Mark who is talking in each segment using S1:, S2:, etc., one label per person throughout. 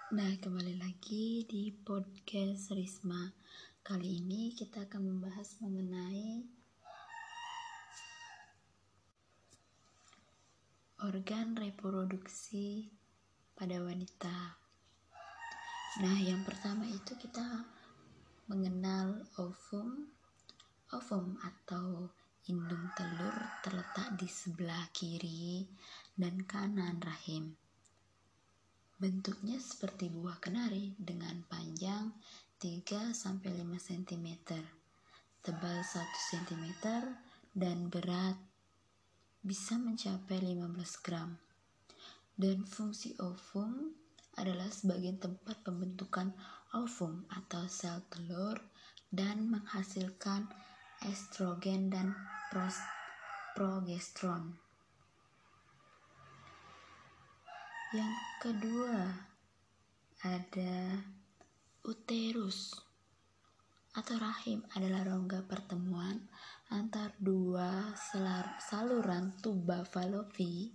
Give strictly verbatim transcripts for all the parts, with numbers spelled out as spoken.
S1: Nah, kembali lagi di podcast Risma. Kali ini kita akan membahas mengenai organ reproduksi pada wanita. Nah, yang pertama itu kita mengenal ovum. Ovum atau indung telur terletak di sebelah kiri dan kanan rahim. Bentuknya seperti buah kenari dengan panjang tiga sampai lima sentimeter, tebal satu sentimeter, dan berat bisa mencapai lima belas gram. Dan fungsi ovum adalah sebagai tempat pembentukan ovum atau sel telur dan menghasilkan estrogen dan progesteron. Yang kedua ada uterus atau rahim, adalah rongga pertemuan antar dua saluran tuba Fallopi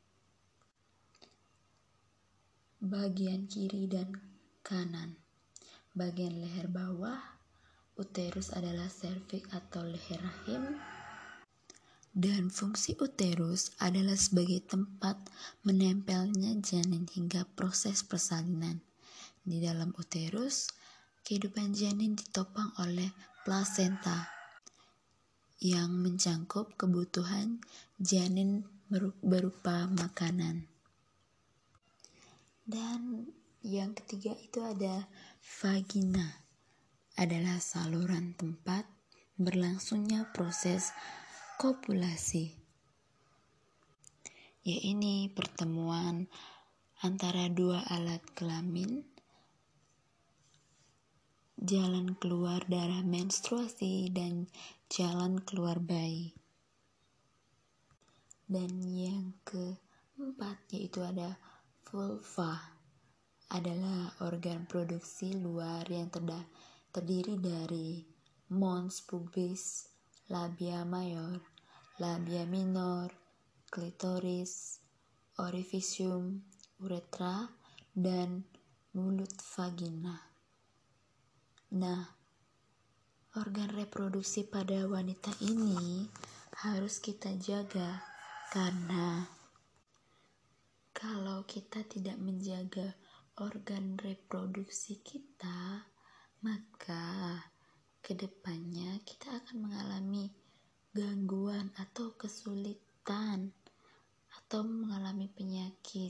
S1: bagian kiri dan kanan. Bagian leher bawah uterus adalah serviks atau leher rahim. Dan fungsi uterus adalah sebagai tempat menempelnya janin hingga proses persalinan. Di dalam uterus, kehidupan janin ditopang oleh plasenta yang mencangkup kebutuhan janin berupa makanan. Dan yang ketiga itu ada vagina, adalah saluran tempat berlangsungnya proses kopulasi, yaitu pertemuan antara dua alat kelamin, jalan keluar darah menstruasi, dan jalan keluar bayi. Dan yang keempat yaitu ada vulva, adalah organ produksi luar yang terda- terdiri dari mons pubis, labia mayor, labia minor, klitoris, orificium, uretra, dan mulut vagina. Nah, organ reproduksi pada wanita ini harus kita jaga, karena kalau kita tidak menjaga organ reproduksi kita, maka kedepannya kita akan mengalami gangguan atau kesulitan atau mengalami penyakit.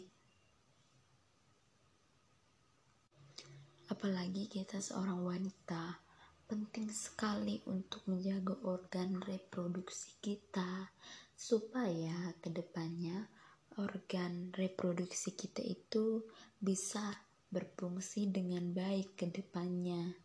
S1: Apalagi kita seorang wanita, penting sekali untuk menjaga organ reproduksi kita supaya kedepannya organ reproduksi kita itu bisa berfungsi dengan baik kedepannya.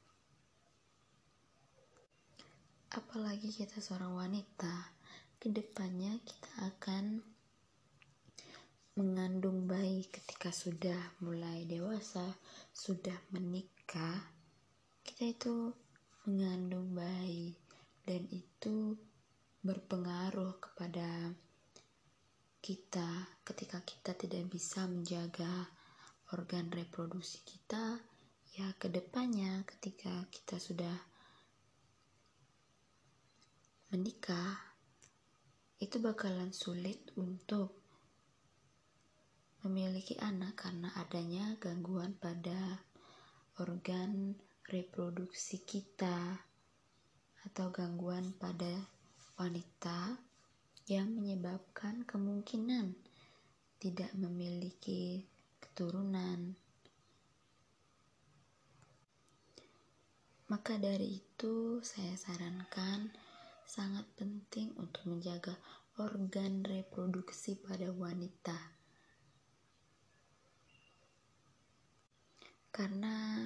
S1: Apalagi kita seorang wanita, kedepannya kita akan mengandung bayi ketika sudah mulai dewasa, sudah menikah, kita itu mengandung bayi, dan itu berpengaruh kepada kita ketika kita tidak bisa menjaga organ reproduksi kita. Ya, kedepannya ketika kita sudah menikah, itu bakalan sulit untuk memiliki anak karena adanya gangguan pada organ reproduksi kita atau gangguan pada wanita yang menyebabkan kemungkinan tidak memiliki keturunan. Maka dari itu saya sarankan sangat penting untuk menjaga organ reproduksi pada wanita, karena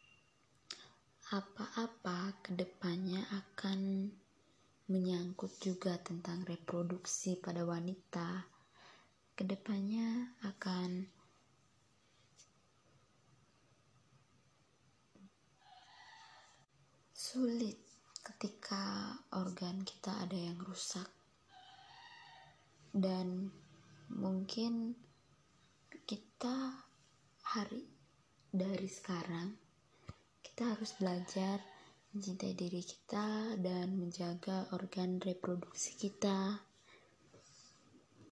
S1: apa-apa kedepannya akan menyangkut juga tentang reproduksi pada wanita. Kedepannya akan sulit ketika organ kita ada yang rusak, dan mungkin kita hari dari sekarang kita harus belajar mencintai diri kita dan menjaga organ reproduksi kita.